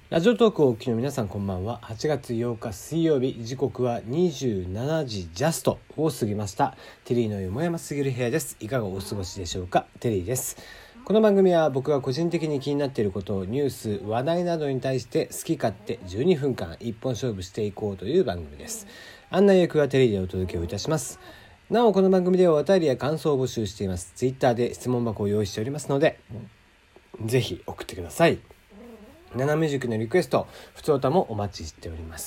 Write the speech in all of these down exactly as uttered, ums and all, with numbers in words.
ラジオトークをお聞きの皆さん、こんばんは。はちがつようか水曜日、時刻はにじゅうしちじジャストを過ぎました。テリーのよもやますぎる部屋です。いかがお過ごしでしょうか。テリーです。この番組は僕が個人的に気になっていることを、ニュース話題などに対して好き勝手じゅうにふんかん一本勝負していこうという番組です。案内役はテリーでお届けをいたします。なおこの番組ではお便りや感想を募集しています。ツイッターで質問箱を用意しておりますので、ぜひ送ってください。ナナミュージックのリクエスト、ふつおたもお待ちしております。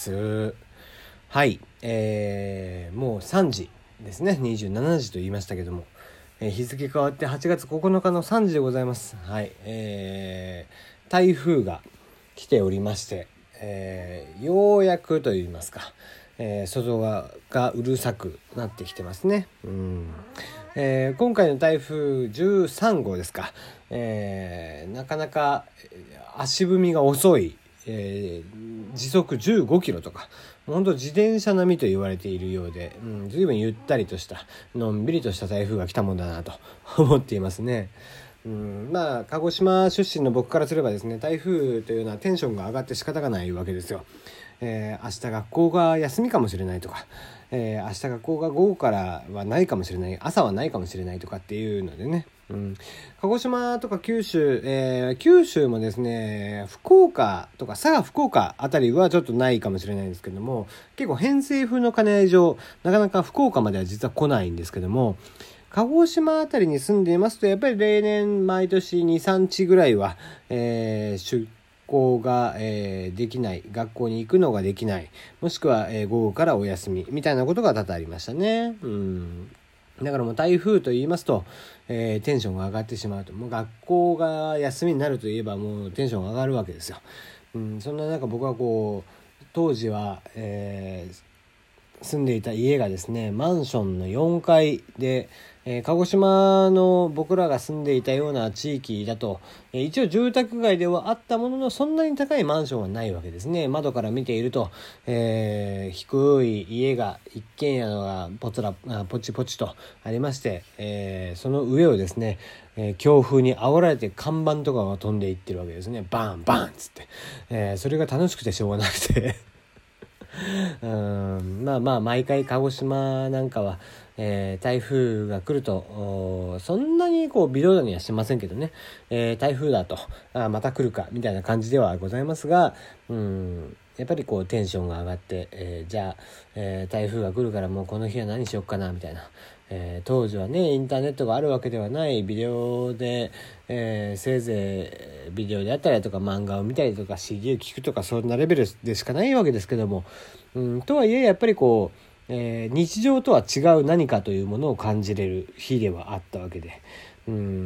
はい、えー、もうさんじですね。にじゅうしちじと言いましたけども、えー、日付変わってはちがつここのかのさんじでございます。はい、えー、台風が来ておりまして、えー、ようやくと言いますか、えー、外側がうるさくなってきてますね。うん、えー、今回の台風じゅうさんごうですか、えー、なかなか足踏みが遅い、えー、時速じゅうごキロとか、本当自転車並みと言われているようで、うん、随分ゆったりとしたのんびりとした台風が来たもんだなと思っていますね。うん、まあ鹿児島出身の僕からすればですね、台風というのはテンションが上がって仕方がないわけですよ。えー、明日学校が休みかもしれないとか、えー、明日学校が午後からはないかもしれない、朝はないかもしれないとかっていうのでね、うん、鹿児島とか九州、えー、九州もですね、福岡とか佐賀福岡あたりはちょっとないかもしれないんですけども、結構偏西風の兼ね合い上、なかなか福岡までは実は来ないんですけども、鹿児島あたりに住んでいますと、やっぱり例年毎年に、さんにちぐらいは、えー、出校が、えー、できない、学校に行くのができない、もしくは、えー、午後からお休みみたいなことが多々ありましたね。うん、だからもう台風と言いますと、えー、テンションが上がってしまうと、もう学校が休みになるといえばもうテンションが上がるわけですよ。うん、そんな中僕はこう当時は、えー住んでいた家がですね、マンションのよんかいで、えー、鹿児島の僕らが住んでいたような地域だと、えー、一応住宅街ではあったものの、そんなに高いマンションはないわけですね。窓から見ていると、えー、低い家が一軒家がポツラポチポチとありまして、えー、その上をですね、えー、強風に煽られて看板とかが飛んでいってるわけですね。バンバンっつって、えー、それが楽しくてしょうがなくてうん、まあまあ毎回鹿児島なんかは、えー、台風が来るとそんなにこう微動だにはしませんけどね、えー、台風だとあまた来るかみたいな感じではございますが、うん、やっぱりこうテンションが上がって、えー、じゃあ、えー、台風が来るからもうこの日は何しよっかなみたいな、えー、当時はねインターネットがあるわけではないビデオで、えー、せいぜいビデオであったりとか漫画を見たりとか シーディー を聞くとかそんなレベルでしかないわけですけども、うん、とはいえやっぱりこう、えー、日常とは違う何かというものを感じれる日ではあったわけで、うん、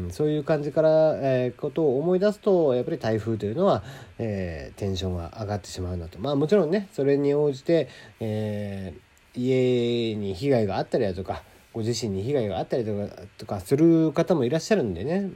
そういう感じから、えー、ことを思い出すとやっぱり台風というのは、えー、テンションが上がってしまうなと。まあもちろんねそれに応じて、えー、家に被害があったりだとかご自身に被害があったりとか、とかする方もいらっしゃるんでね、うん、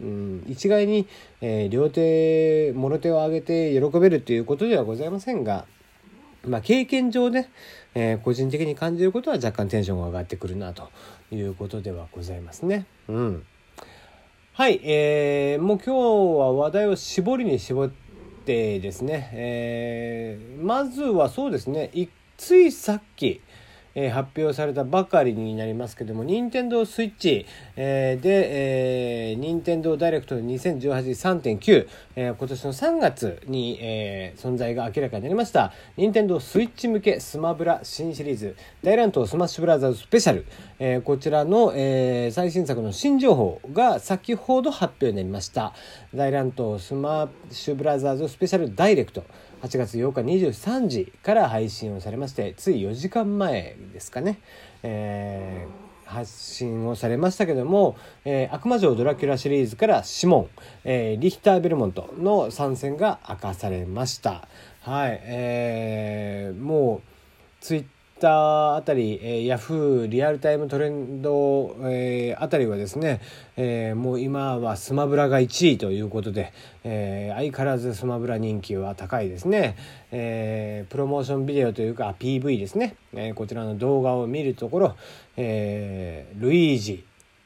一概に、えー、両手もろ手を挙げて喜べるということではございませんが、まあ、経験上ね、えー、個人的に感じることは若干テンションが上がってくるなということではございますね。うん、はい、えー、もう今日は話題を絞りに絞ってですね、えー、まずはそうですね、ついさっきえー、発表されたばかりになりますけども、任天堂スイッチ、えー、で、えー、任天堂ダイレクトにせんじゅうはち さんてんきゅう、えー、今年のさんがつに、えー、存在が明らかになりました任天堂スイッチ向けスマブラ新シリーズ大乱闘スマッシュブラザーズスペシャル、えー、こちらの、えー、最新作の新情報が先ほど発表になりました。大乱闘スマッシュブラザーズスペシャルダイレクト、はちがつようかにじゅうさんじから配信をされまして、ついよじかんまえですかね、えー、発信をされましたけども、えー、悪魔城ドラキュラシリーズからシモン、えー、リヒター・ベルモントの参戦が明かされました。はい、えー、もうツイッターあたり、えー、ヤフーリアルタイムトレンド、えー、あたりはですね、えー、もう今はスマブラがいちいということで、えー、相変わらずスマブラ人気は高いですね。えー、プロモーションビデオというか ピーブイ ですね、えー、こちらの動画を見るところ、えー、ルイージ、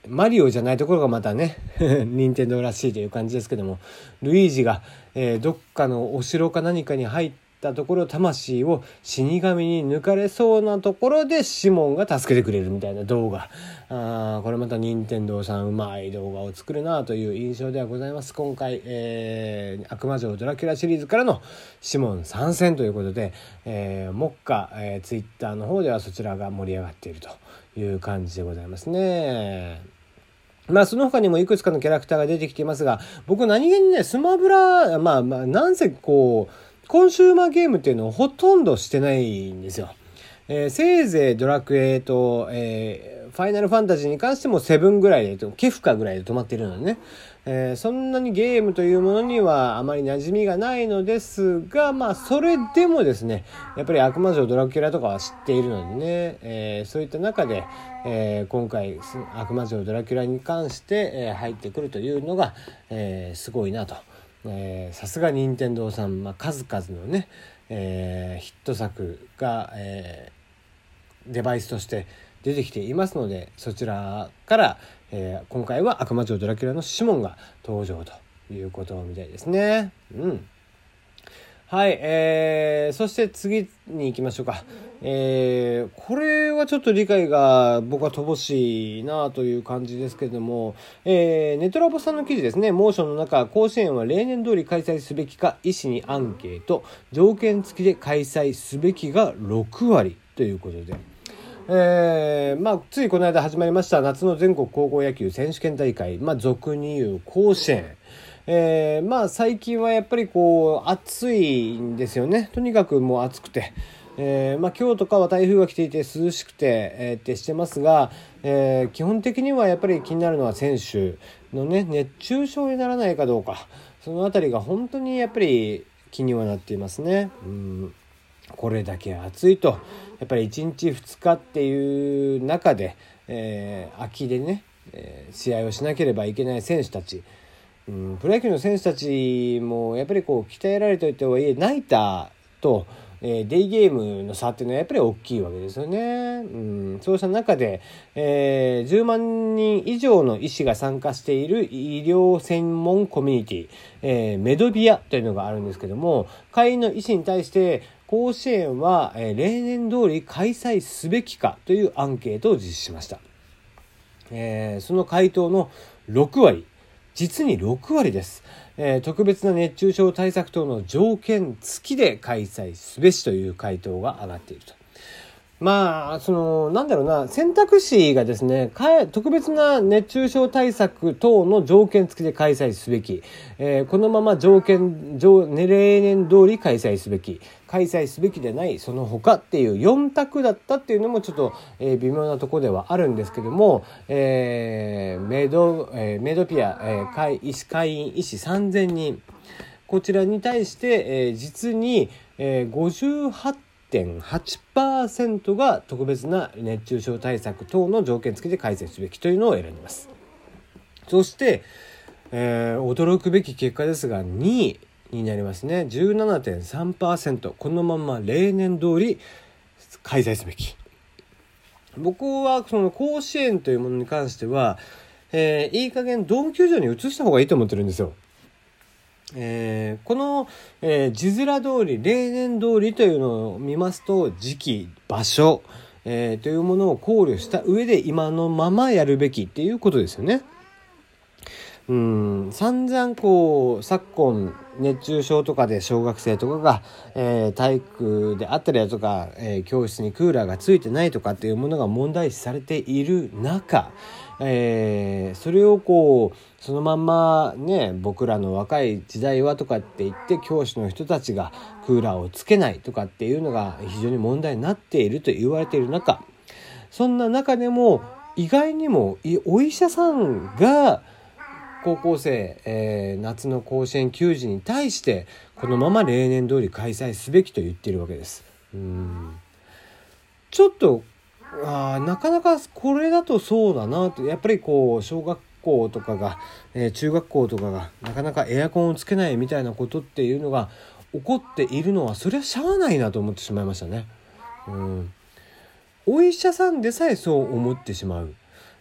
マリオじゃないところがまたね任天堂らしいという感じですけども、ルイージが、えー、どっかのお城か何かに入ったところ、魂を死神に抜かれそうなところでシモンが助けてくれるみたいな動画、あこれまた任天堂さんうまい動画を作るなという印象ではございます。今回、えー、悪魔城ドラキュラシリーズからのシモン参戦ということで、えー、目下、えー、ツイッターの方ではそちらが盛り上がっているという感じでございますね。まあその他にもいくつかのキャラクターが出てきていますが、僕何気にねスマブラまあまあなんせこうコンシューマーゲームっていうのをほとんどしてないんですよ。えー、せいぜいドラクエと、えー、ファイナルファンタジーに関してもセブンぐらいでケフカぐらいで止まっているのでね、えー、そんなにゲームというものにはあまり馴染みがないのですが、まあそれでもですねやっぱり悪魔城ドラキュラとかは知っているのでね、えー、そういった中で、えー、今回悪魔城ドラキュラに関して、えー、入ってくるというのが、えー、すごいなと。さすが任天堂さん、まあ、数々のね、えー、ヒット作が、えー、デバイスとして出てきていますので、そちらから、えー、今回は悪魔城ドラキュラのシモンが登場ということみたいですね。うんはい、えー、そして次に行きましょうか。えー、これはちょっと理解が僕は乏しいなという感じですけれども、えー、ネトラボさんの記事ですね。モーションの中、甲子園は例年通り開催すべきか、医師にアンケート、条件付きで開催すべきがろくわりということで、えー、まあついこの間始まりました夏の全国高校野球選手権大会、まあ俗に言う甲子園。えー、まあ最近はやっぱりこう暑いんですよね。とにかくもう暑くて、えー、まあ今日とかは台風が来ていて涼しくて、えー、ってしてますが、えー、基本的にはやっぱり気になるのは選手のね熱中症にならないかどうか、そのあたりが本当にやっぱり気にはなっていますね。うんこれだけ暑いとやっぱりいちにちふつかっていう中で、えー、秋でね、えー、試合をしなければいけない選手たち、うん、プロ野球の選手たちもやっぱりこう鍛えられておいてはいえナイターと、えー、デイゲームの差っていうのはやっぱり大きいわけですよね。うん、そうした中で、えー、じゅうまんにん以上の医師が参加している医療専門コミュニティ、えー、メドビアというのがあるんですけども、会員の医師に対して甲子園は、えー、例年通り開催すべきかというアンケートを実施しました。えー、その回答のろくわり、実にろくわりです。えー、特別な熱中症対策等の条件付きで開催すべしという回答が上がっていると。まあそのなんだろうな、選択肢がですね、特別な熱中症対策等の条件付きで開催すべき、えー、このまま条件条例年通り開催すべき、開催すべきでないその他っていうよん択だったっていうのもちょっと、えー、微妙なところではあるんですけども、えー、メド、えー、メドピア、えー、会医師会員医師さんぜんにん、こちらに対して、えー、実に、えー、ごじゅうはちてんはちパーセント が特別な熱中症対策等の条件付きで開催すべきというのを選んでいます。そして、えー、驚くべき結果ですがにいになりますね。 じゅうななてんさんパーセント、 このまま例年通り開催すべき。僕はその甲子園というものに関しては、えー、いい加減ドーム球場に移した方がいいと思ってるんですよ。えー、この、えー、字面通り例年通りというのを見ますと、時期場所、えー、というものを考慮した上で今のままやるべきっていうことですよね。うん散々こう昨今熱中症とかで小学生とかが、えー、体育であったりだとか、えー、教室にクーラーがついてないとかっていうものが問題視されている中、えー、それをこうそのまんまね、僕らの若い時代はとかって言って教師の人たちがクーラーをつけないとかっていうのが非常に問題になっていると言われている中、そんな中でも意外にもお医者さんが高校生、えー、夏の甲子園球児に対してこのまま例年通り開催すべきと言っているわけです。うんちょっとあなかなかこれだとそうだなと、やっぱりこう小学校とかが、えー、中学校とかがなかなかエアコンをつけないみたいなことっていうのが起こっているのはそれはしゃあないなと思ってしまいましたね。うんお医者さんでさえそう思ってしまう。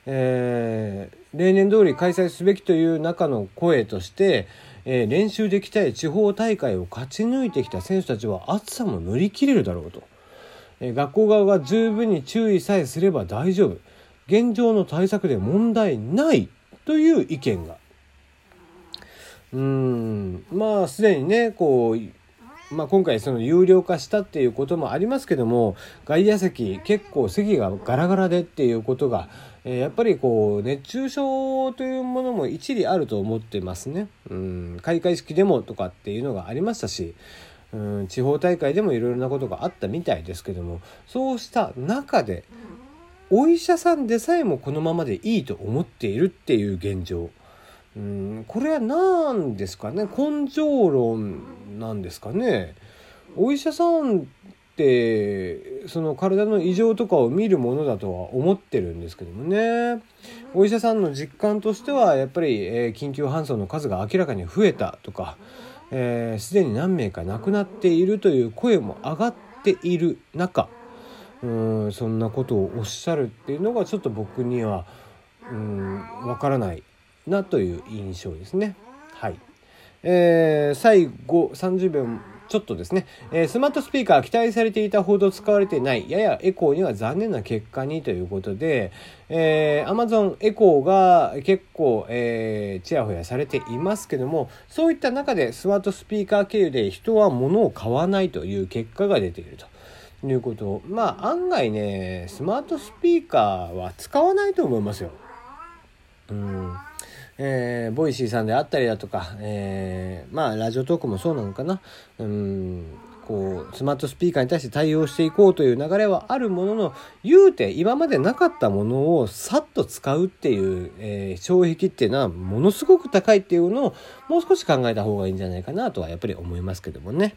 えー、例年通り開催すべきという中の声として、えー、練習で鍛え地方大会を勝ち抜いてきた選手たちは暑さも乗り切れるだろうと、えー、学校側が十分に注意さえすれば大丈夫、現状の対策で問題ないという意見が、うーんまあすでにねこう、まあ、今回その有料化したっていうこともありますけども、外野席結構席がガラガラでっていうことが、えー、やっぱりこう熱中症というものも一理あると思ってますね。うん開会式でもとかっていうのがありましたし、うん地方大会でもいろいろなことがあったみたいですけども、そうした中でお医者さんでさえもこのままでいいと思っているっていう現状、うんこれは何ですかね、根性論なんですかね。お医者さんってその体の異常とかを見るものだとは思ってるんですけどもね、お医者さんの実感としてはやっぱり、えー、緊急搬送の数が明らかに増えたとか、すで、えー、に何名か亡くなっているという声も上がっている中、うんそんなことをおっしゃるっていうのがちょっと僕にはうんわからないなという印象ですね。はい、えー、最後さんじゅうびょうちょっとですね、えー、スマートスピーカー期待されていたほど使われていない、ややエコーには残念な結果にということで、えー、Amazon エコーが結構、えー、ちやほやされていますけども、そういった中でスマートスピーカー経由で人は物を買わないという結果が出ているということ。まあ案外ねスマートスピーカーは使わないと思いますよ。うんえー、ボイシーさんであったりだとか、えー、まあラジオトークもそうなのかな、うんこうスマートスピーカーに対して対応していこうという流れはあるものの、言うて今までなかったものをさっと使うっていう、えー、障壁っていうのはものすごく高いっていうのをもう少し考えた方がいいんじゃないかなとはやっぱり思いますけどもね。